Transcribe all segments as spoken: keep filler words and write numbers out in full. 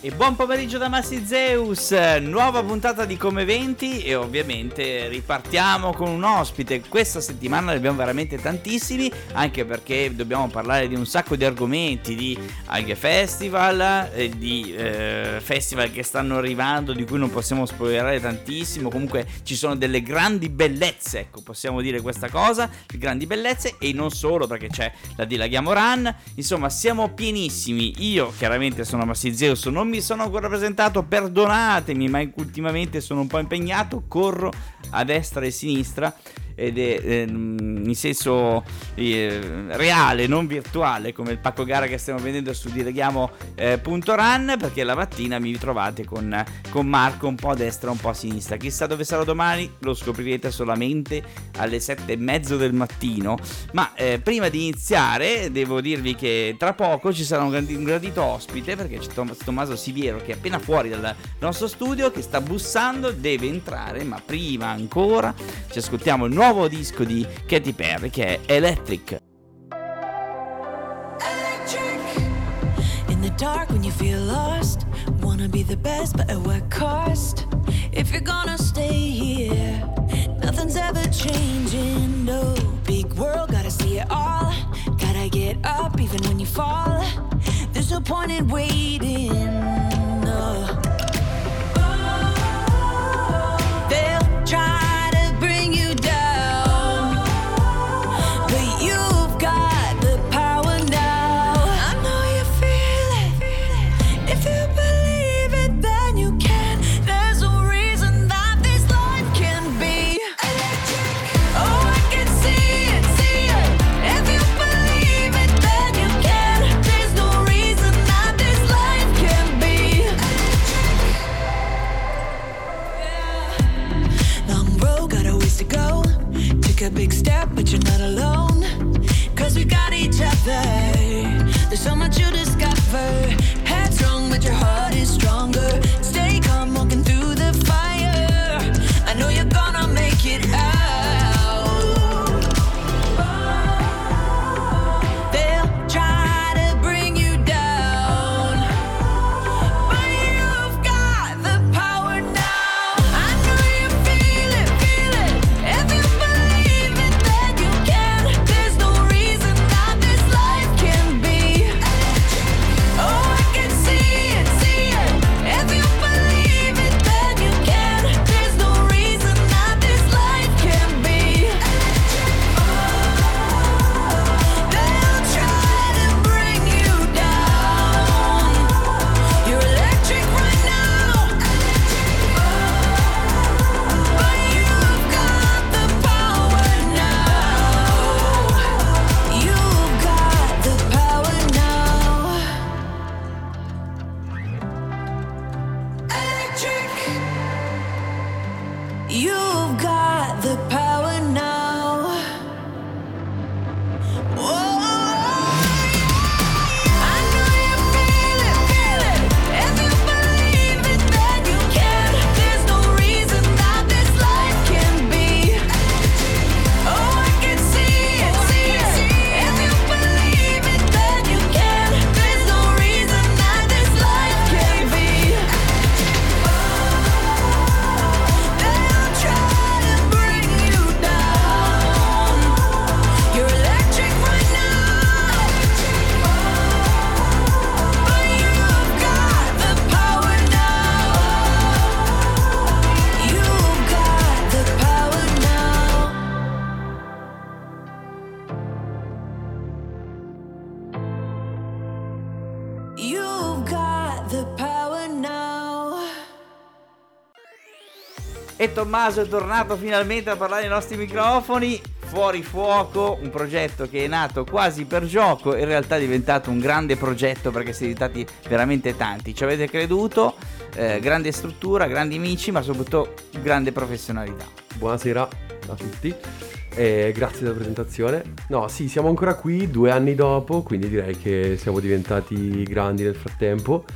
E buon pomeriggio da Massi Zeus, nuova puntata di Come venti e ovviamente ripartiamo con un ospite. Questa settimana ne abbiamo veramente tantissimi, anche perché dobbiamo parlare di un sacco di argomenti, di Alghe Festival, eh, di eh, festival che stanno arrivando, di cui non possiamo spoilerare tantissimo. Comunque ci sono delle grandi bellezze, ecco, possiamo dire questa cosa, grandi bellezze, e non solo, perché c'è la Dilaghiamo Run. Insomma, siamo pienissimi. Io chiaramente sono Massi Zeus, non mi mi sono ancora presentato, perdonatemi, ma ultimamente sono un po' impegnato, corro a destra e a sinistra, ed è eh, in senso eh, reale, non virtuale, come il pacco gara che stiamo vedendo su dilaghiamo punto run, perché la mattina mi trovate con, con Marco un po' a destra, un po' a sinistra. Chissà dove sarò domani, lo scoprirete solamente alle sette e mezzo del mattino. Ma eh, prima di iniziare devo dirvi che tra poco ci sarà un, grandi, un gradito ospite, perché c'è Tom- Tommaso Siviero che è appena fuori dal nostro studio, che sta bussando, deve entrare, ma prima ancora ci ascoltiamo il nuovo nuovo disco di Katy Perry, che è Electric. Electric. In the dark when you feel lost, wanna be the best but at what cost? If you're gonna stay here, nothing's ever changing, no. Big world, gotta see it all, gotta get up even when you fall. There's no point in waiting, no. They'll try a big step, but you're not alone, 'cause we got each other. There's so much you discover. Headstrong, but your heart is stronger. Stay calm, walking through the fire. I know you're gonna make it out. They'll try to bring you down, but you've got the power now. I know you feel it, feel it. If you E Tommaso è tornato finalmente a parlare ai nostri microfoni. Fuori Fuoco, un progetto che è nato quasi per gioco, in realtà è diventato un grande progetto perché siete stati veramente tanti, ci avete creduto, eh, grande struttura, grandi amici, ma soprattutto grande professionalità. Buonasera a tutti e grazie della presentazione. No, sì, siamo ancora qui due anni dopo, quindi direi che siamo diventati grandi nel frattempo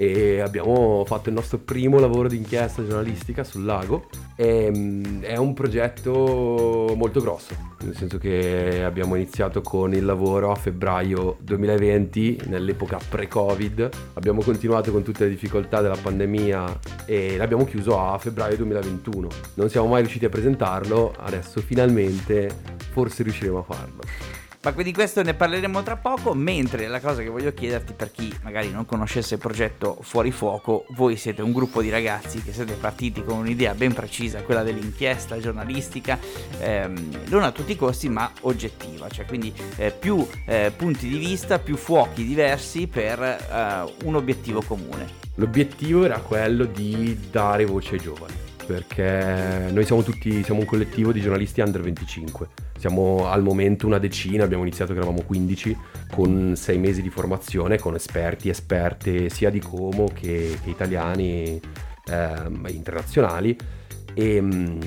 e abbiamo fatto il nostro primo lavoro di inchiesta giornalistica sul lago. E, è un progetto molto grosso, nel senso che abbiamo iniziato con il lavoro a febbraio duemilaventi, nell'epoca pre-Covid, abbiamo continuato con tutte le difficoltà della pandemia e l'abbiamo chiuso a febbraio duemilaventuno. Non siamo mai riusciti a presentarlo, adesso finalmente forse riusciremo a farlo. Ma di questo ne parleremo tra poco, mentre la cosa che voglio chiederti, per chi magari non conoscesse il progetto Fuori Fuoco, voi siete un gruppo di ragazzi che siete partiti con un'idea ben precisa, quella dell'inchiesta giornalistica, ehm, non a tutti i costi ma oggettiva, cioè quindi eh, più eh, punti di vista, più fuochi diversi per eh, un obiettivo comune. L'obiettivo era quello di dare voce ai giovani, perché noi siamo tutti, siamo un collettivo di giornalisti under venticinque, siamo al momento una decina, abbiamo iniziato che eravamo quindici, con sei mesi di formazione, con esperti, esperte sia di Como che, che italiani, eh, internazionali, e mh,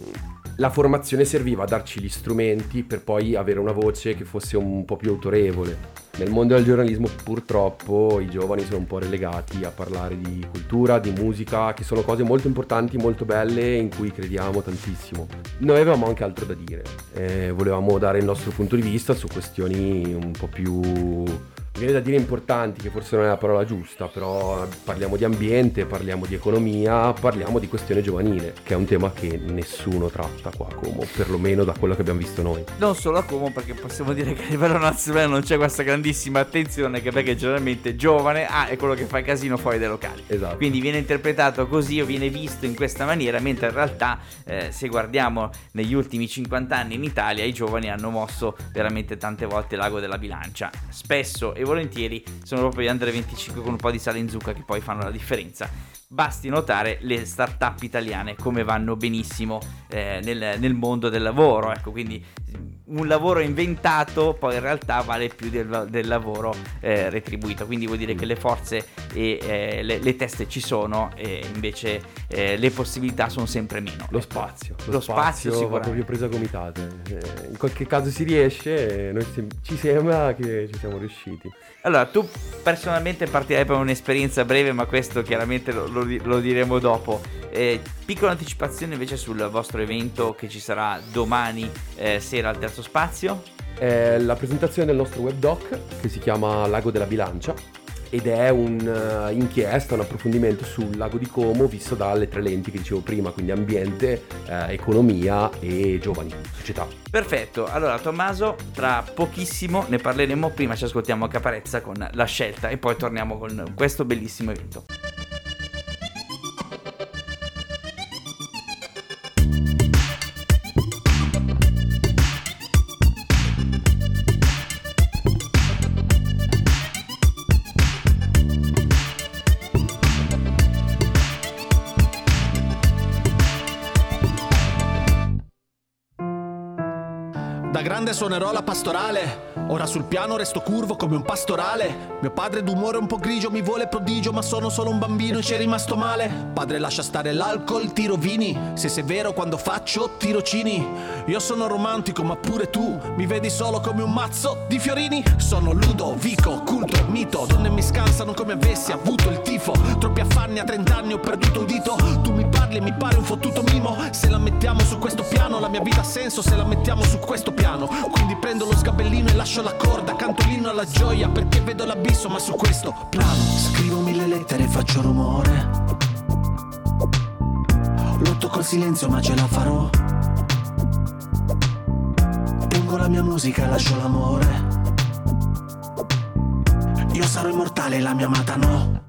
la formazione serviva a darci gli strumenti per poi avere una voce che fosse un po' più autorevole. Nel mondo del giornalismo purtroppo i giovani sono un po' relegati a parlare di cultura, di musica, che sono cose molto importanti, molto belle, in cui crediamo tantissimo. Noi avevamo anche altro da dire, eh, volevamo dare il nostro punto di vista su questioni un po' più, viene da dire importanti, che forse non è la parola giusta, però parliamo di ambiente, parliamo di economia, parliamo di questione giovanile, che è un tema che nessuno tratta qua a Como, perlomeno da quello che abbiamo visto noi. Non solo a Como, perché possiamo dire che a livello nazionale non c'è questa grandissima attenzione, che perché generalmente giovane ah, è quello che fa il casino fuori dai locali. Esatto. Quindi viene interpretato così o viene visto in questa maniera, mentre in realtà eh, se guardiamo negli ultimi cinquanta anni in Italia i giovani hanno mosso veramente tante volte l'ago della bilancia. Spesso e volentieri sono proprio gli under venticinque con un po' di sale in zucca che poi fanno la differenza. Basti notare le start-up italiane come vanno benissimo eh, nel, nel mondo del lavoro, ecco, quindi un lavoro inventato poi in realtà vale più del, del lavoro eh, retribuito, quindi vuol dire che le forze e eh, le, le teste ci sono e invece eh, le possibilità sono sempre meno. Lo spazio, lo, lo spazio, spazio va proprio preso a gomitate, eh, in qualche caso si riesce, noi si, ci sembra che ci siamo riusciti. Allora, tu personalmente partirai per un'esperienza breve, ma questo chiaramente lo, lo, lo diremo dopo. Eh, piccola anticipazione invece sul vostro evento che ci sarà domani eh, sera al Terzo Spazio. È la presentazione del nostro webdoc che si chiama Lago della Bilancia ed è un'inchiesta, un approfondimento sul lago di Como visto dalle tre lenti che dicevo prima, quindi ambiente, eh, economia e giovani, società. Perfetto, allora Tommaso, tra pochissimo ne parleremo, prima ci ascoltiamo a Caparezza con La Scelta e poi torniamo con questo bellissimo evento. Da grande suonerò la pastorale, ora sul piano resto curvo come un pastorale. Mio padre d'umore un po' grigio mi vuole prodigio, ma sono solo un bambino e ci è rimasto male. Padre lascia stare l'alcol, tiro vini, se sei vero quando faccio tirocini. Io sono romantico ma pure tu mi vedi solo come un mazzo di fiorini. Sono Ludovico, culto, mito, donne mi scansano come avessi avuto il tifo. Troppi affanni a trent'anni ho perduto un dito. Tu mi parli e mi pare un fottuto mimo. Se la mettiamo su questo piano la mia vita ha senso, se la mettiamo su questo piano. Quindi prendo lo sgabellino e lascio la corda, canto l'inno alla gioia perché vedo l'abisso, ma su questo piano scrivo mille lettere e faccio rumore. Lotto col silenzio ma ce la farò. Tengo la mia musica e lascio l'amore. Io sarò immortale, la mia amata no.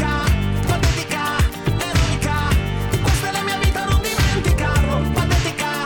Questa è la mia vita, non dimenticarlo. Patetica,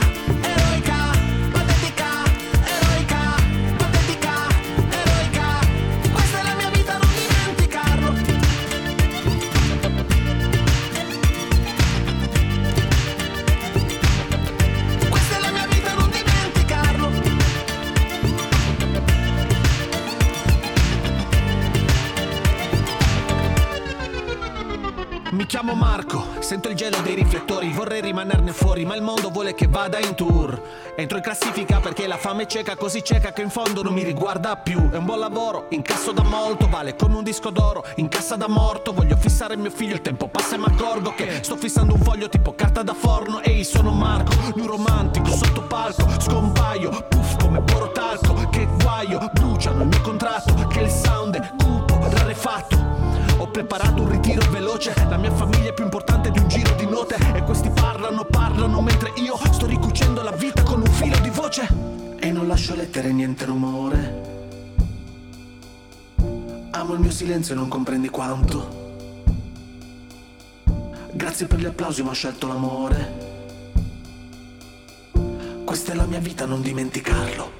Mi chiamo Marco, sento il gelo dei riflettori, vorrei rimanerne fuori, ma il mondo vuole che vada in tour. Entro in classifica perché la fame è cieca, così cieca che in fondo non mi riguarda più. È un buon lavoro, incasso da molto, vale come un disco d'oro, in cassa da morto. Voglio fissare mio figlio, il tempo passa e mi accorgo che sto fissando un foglio tipo carta da forno. Ehi, sono Marco, lui romantico, sotto palco, scompaio, puff come porotalco. Che guaio, bruciano il mio contratto, che il sound è cupo, rarefatto. Ho preparato un ritiro veloce, la mia famiglia è più importante di un giro di note. E questi parlano, parlano, mentre io sto ricucendo la vita con un filo di voce. E non lascio lettere, niente rumore. Amo il mio silenzio e non comprendi quanto. Grazie per gli applausi ma ho scelto l'amore. Questa è la mia vita, non dimenticarlo.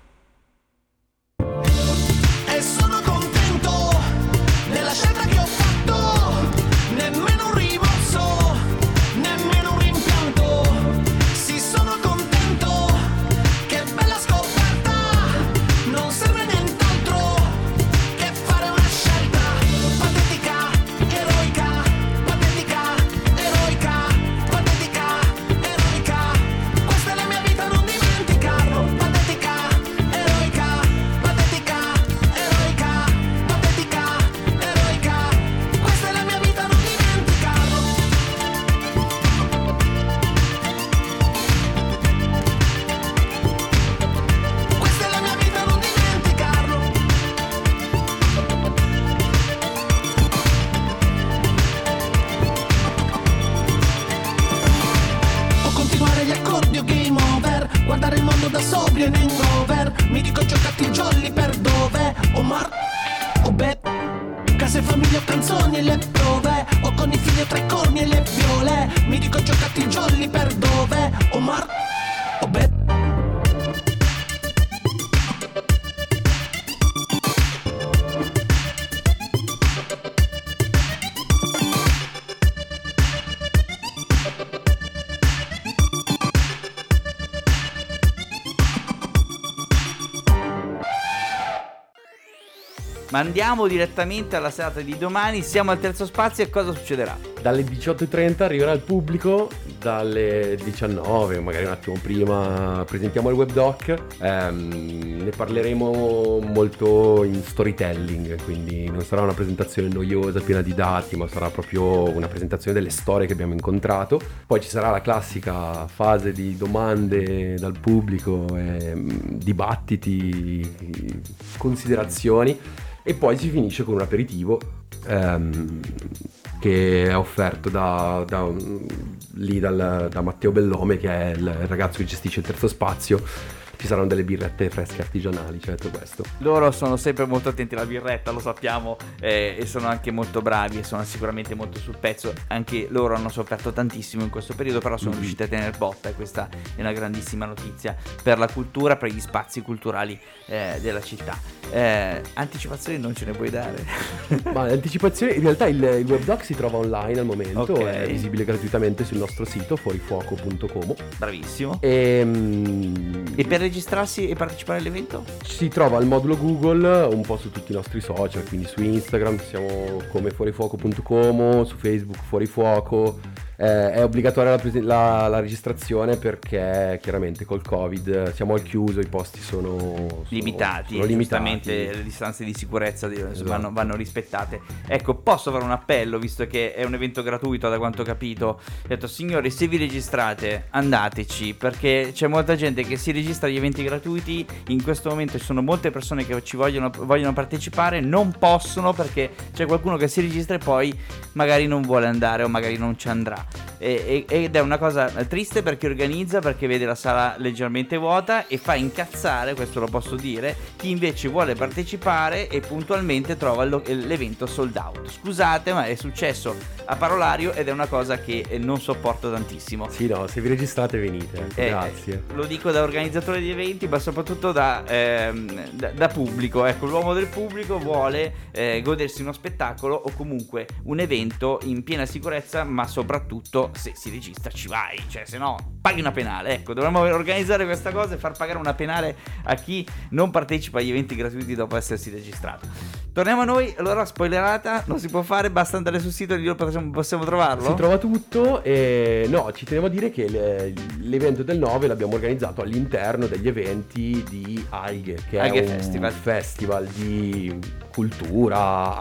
E sono contento della scelta che ho fatto. Nemmeno un rimorso, nemmeno un rimpianto. Sì, sono contento, che bella scoperta. Non serve nient'altro che fare una scelta. Patetica, eroica, patetica, eroica, patetica, eroica. Questa è la mia vita, non dimenticarlo. Patetica, eroica, patetica, eroica, patetica, eroica. Questa è la mia vita, non dimenticarlo. Questa è la mia vita, non dimenticarlo. O continuare gli accordi o game over. Guardare il mondo da sobrio in hangover. Mi dico giocati jolly per dove? O mar o beh. Case, famiglia o canzoni e le prove. O con i figli o tre corni e le viole. Mi dico giocati jolly per dove? O mar o beh. Ma andiamo direttamente alla serata di domani. Siamo al Terzo Spazio e cosa succederà? Dalle diciotto e trenta arriverà il pubblico, dalle diciannove, magari un attimo prima, presentiamo il webdoc. Ehm, ne parleremo molto in storytelling, quindi non sarà una presentazione noiosa, piena di dati, ma sarà proprio una presentazione delle storie che abbiamo incontrato. Poi ci sarà la classica fase di domande dal pubblico, ehm, dibattiti, considerazioni. E poi si finisce con un aperitivo ehm, che è offerto da, da, lì dal, da Matteo Bellome, che è il ragazzo che gestisce il Terzo Spazio. Ci saranno delle birrette fresche artigianali, c'è tutto questo. Loro sono sempre molto attenti alla birretta, lo sappiamo, eh, e sono anche molto bravi e sono sicuramente molto sul pezzo. Anche loro hanno sofferto tantissimo in questo periodo, però sono mm-hmm. riusciti a tenere botta, e questa è una grandissima notizia per la cultura, per gli spazi culturali eh, della città. Eh, anticipazioni non ce ne puoi dare? Ma anticipazioni, in realtà il, il webdoc si trova online al momento, okay. È visibile gratuitamente sul nostro sito fuorifuoco punto com. Bravissimo. E, e per registrarsi e partecipare all'evento? Si trova il modulo Google un po' su tutti i nostri social, quindi su Instagram siamo come fuorifuoco punto com, su Facebook Fuorifuoco. Eh, è obbligatoria la, prese- la, la registrazione perché chiaramente col Covid siamo al chiuso, i posti sono, sono limitati, sono limitati. Giustamente le distanze di sicurezza esatto. vanno, vanno rispettate. Ecco, posso fare un appello, visto che è un evento gratuito, da quanto ho capito. Ho detto, signori, se vi registrate andateci, perché c'è molta gente che si registra agli eventi gratuiti. In questo momento ci sono molte persone che ci vogliono, vogliono partecipare, non possono perché c'è qualcuno che si registra e poi magari non vuole andare o magari non ci andrà. E, ed è una cosa triste per chi organizza, perché vede la sala leggermente vuota e fa incazzare, questo lo posso dire, chi invece vuole partecipare e puntualmente trova l'evento sold out. Scusate, ma è successo a Parolario ed è una cosa che non sopporto tantissimo. Sì, no, se vi registrate venite, eh, grazie. Lo dico da organizzatore di eventi, ma soprattutto da, ehm, da, da pubblico. Ecco, l'uomo del pubblico vuole eh, godersi uno spettacolo o comunque un evento in piena sicurezza, ma soprattutto se si registra ci vai, cioè se no paghi una penale. Ecco, dovremmo organizzare questa cosa e far pagare una penale a chi non partecipa agli eventi gratuiti dopo essersi registrato. Torniamo a noi, allora spoilerata, non si può fare, basta andare sul sito e lì possiamo, possiamo trovarlo? Si trova tutto e no, ci tenevo a dire che le, l'evento del nove l'abbiamo organizzato all'interno degli eventi di Alghe, che Alghe è un Festival. festival di cultura,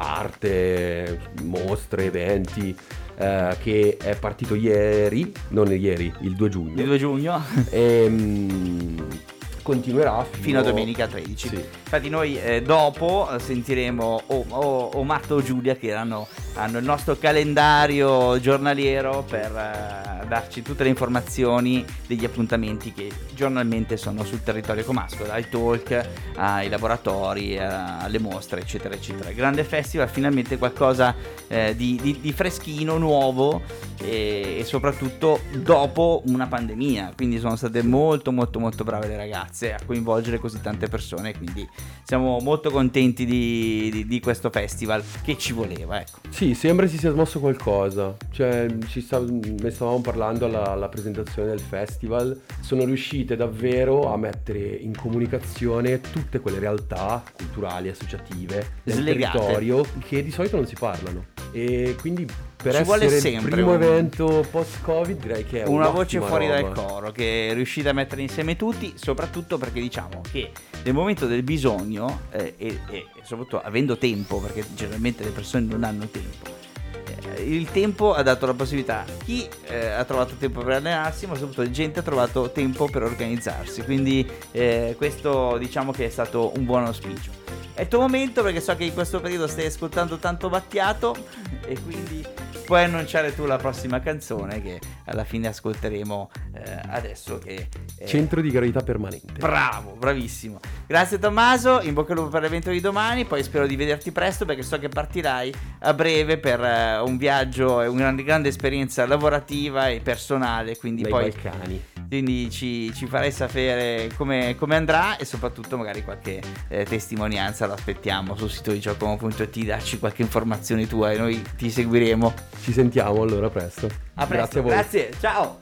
arte, mostre, eventi, eh, che è partito ieri, non ieri, il due giugno. Il due giugno E, mh, continuerà fino, fino a domenica tredici. Sì. Infatti noi eh, dopo sentiremo o, o, o Marta o Giulia che hanno, hanno il nostro calendario giornaliero per eh, darci tutte le informazioni degli appuntamenti che giornalmente sono sul territorio comasco, dai talk ai laboratori, alle mostre, eccetera eccetera. Grande festival, finalmente qualcosa eh, di, di, di freschino, nuovo e, e soprattutto dopo una pandemia, quindi sono state molto molto molto brave le ragazze a coinvolgere così tante persone, quindi siamo molto contenti di, di, di questo festival che ci voleva, ecco. Sì, sembra si sia smosso qualcosa. Cioè, ci stav- ne stavamo parlando alla, alla presentazione del festival. Sono riuscite davvero a mettere in comunicazione tutte quelle realtà culturali, associative del Slegate. territorio che di solito non si parlano. E quindi per Ci vuole essere il sempre primo un- evento post-Covid direi che è Una un'ottima voce fuori roba. dal coro che riuscite a mettere insieme tutti, soprattutto perché diciamo che nel momento del bisogno eh, e, e soprattutto avendo tempo, perché generalmente le persone non hanno tempo, eh, il tempo ha dato la possibilità, chi eh, ha trovato tempo per allenarsi, ma soprattutto gente ha trovato tempo per organizzarsi, quindi eh, questo diciamo che è stato un buon auspicio. È il tuo momento, perché so che in questo periodo stai ascoltando tanto Battiato e quindi puoi annunciare tu la prossima canzone che alla fine ascolteremo eh, adesso che eh, Centro di gravità permanente. bravo, bravissimo. Grazie Tommaso, in bocca al lupo per l'evento di domani, poi spero di vederti presto perché so che partirai a breve per eh, un viaggio e una grande, grande esperienza lavorativa e personale, quindi Dai poi Balcani. quindi ci, ci farai sapere come, come andrà e soprattutto magari qualche eh, testimonianza lo aspettiamo sul sito di Giacomo punto it, darci qualche informazione tua e noi ti seguiremo. Ci sentiamo allora presto. A presto, Grazie a voi. grazie, ciao.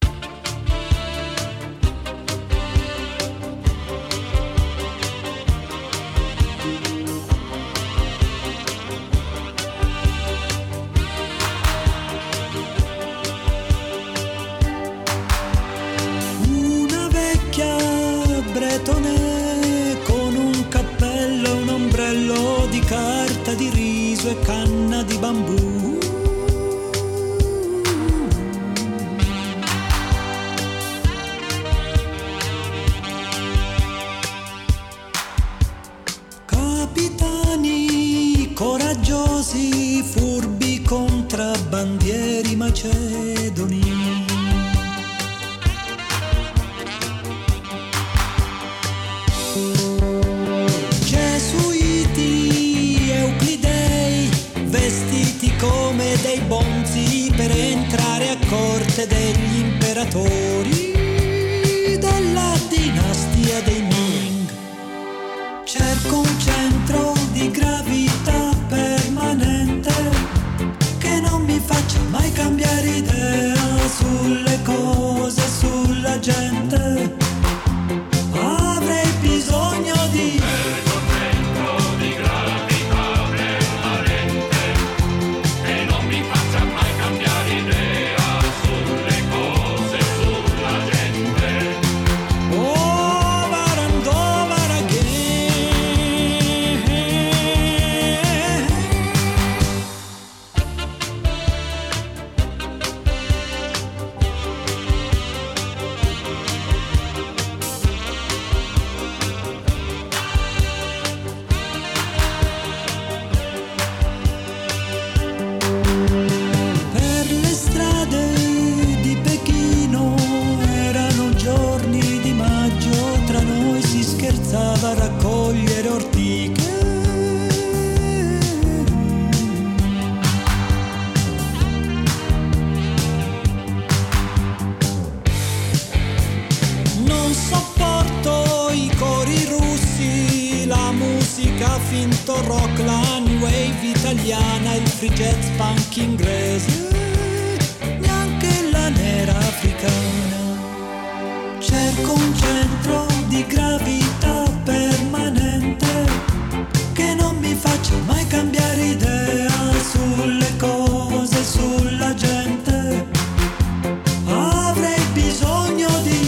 Una vecchia bretone con un cappello e un ombrello di carta di riso e canna di bambù. Capitani coraggiosi, furbi contrabbandieri macedoni. Gesuiti, euclidei, vestiti come dei bonzi per entrare a corte degli imperatori della dinastia dei Ming. Cerco un centro di gravità permanente che non mi faccia mai cambiare idea sulle cose, sulla gente. Avrei bisogno di over and over again. Per le strade di Pechino erano giorni di maggio, tra noi si scherzava a raccogliere ortiche. Non sopporto i cori russi, la musica finto rock, la new wave italiana, il free jazz punk inglese, neanche la nera africana. Cerco un centro di gravità permanente che non non mi faccia mai cambiare idea sulle cose, sulla gente. Avrei bisogno di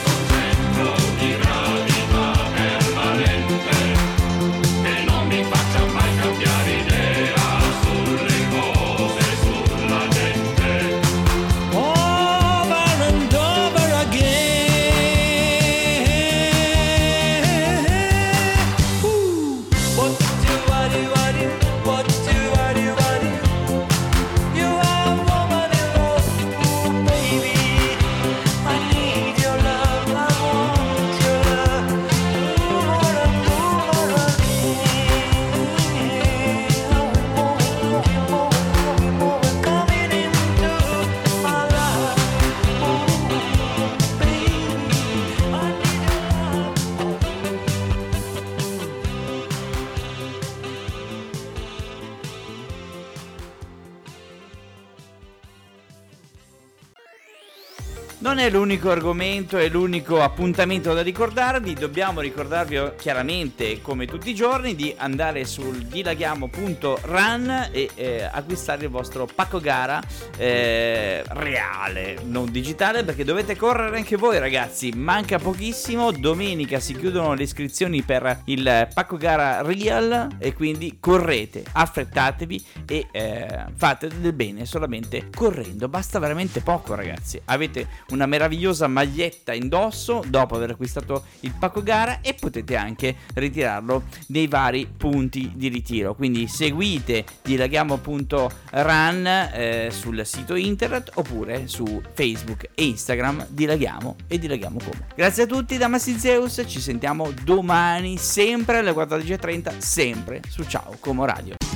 Non è l'unico argomento, è l'unico appuntamento da ricordarvi. Dobbiamo ricordarvi chiaramente, come tutti i giorni, di andare sul dilaghiamo punto run e eh, acquistare il vostro pacco gara eh, reale, non digitale, perché dovete correre anche voi, ragazzi. Manca pochissimo, domenica si chiudono le iscrizioni per il pacco gara real e quindi correte, affrettatevi e eh, fate del bene solamente correndo. Basta veramente poco, ragazzi. Avete una meravigliosa maglietta indosso dopo aver acquistato il pacco gara e potete anche ritirarlo nei vari punti di ritiro. Quindi seguite dilaghiamo punto run eh, sul sito internet oppure su Facebook e Instagram Dilaghiamo e Dilaghiamo Como. Grazie a tutti da Massi Zeus, ci sentiamo domani sempre alle quattordici e trenta, sempre su Ciao Como Radio.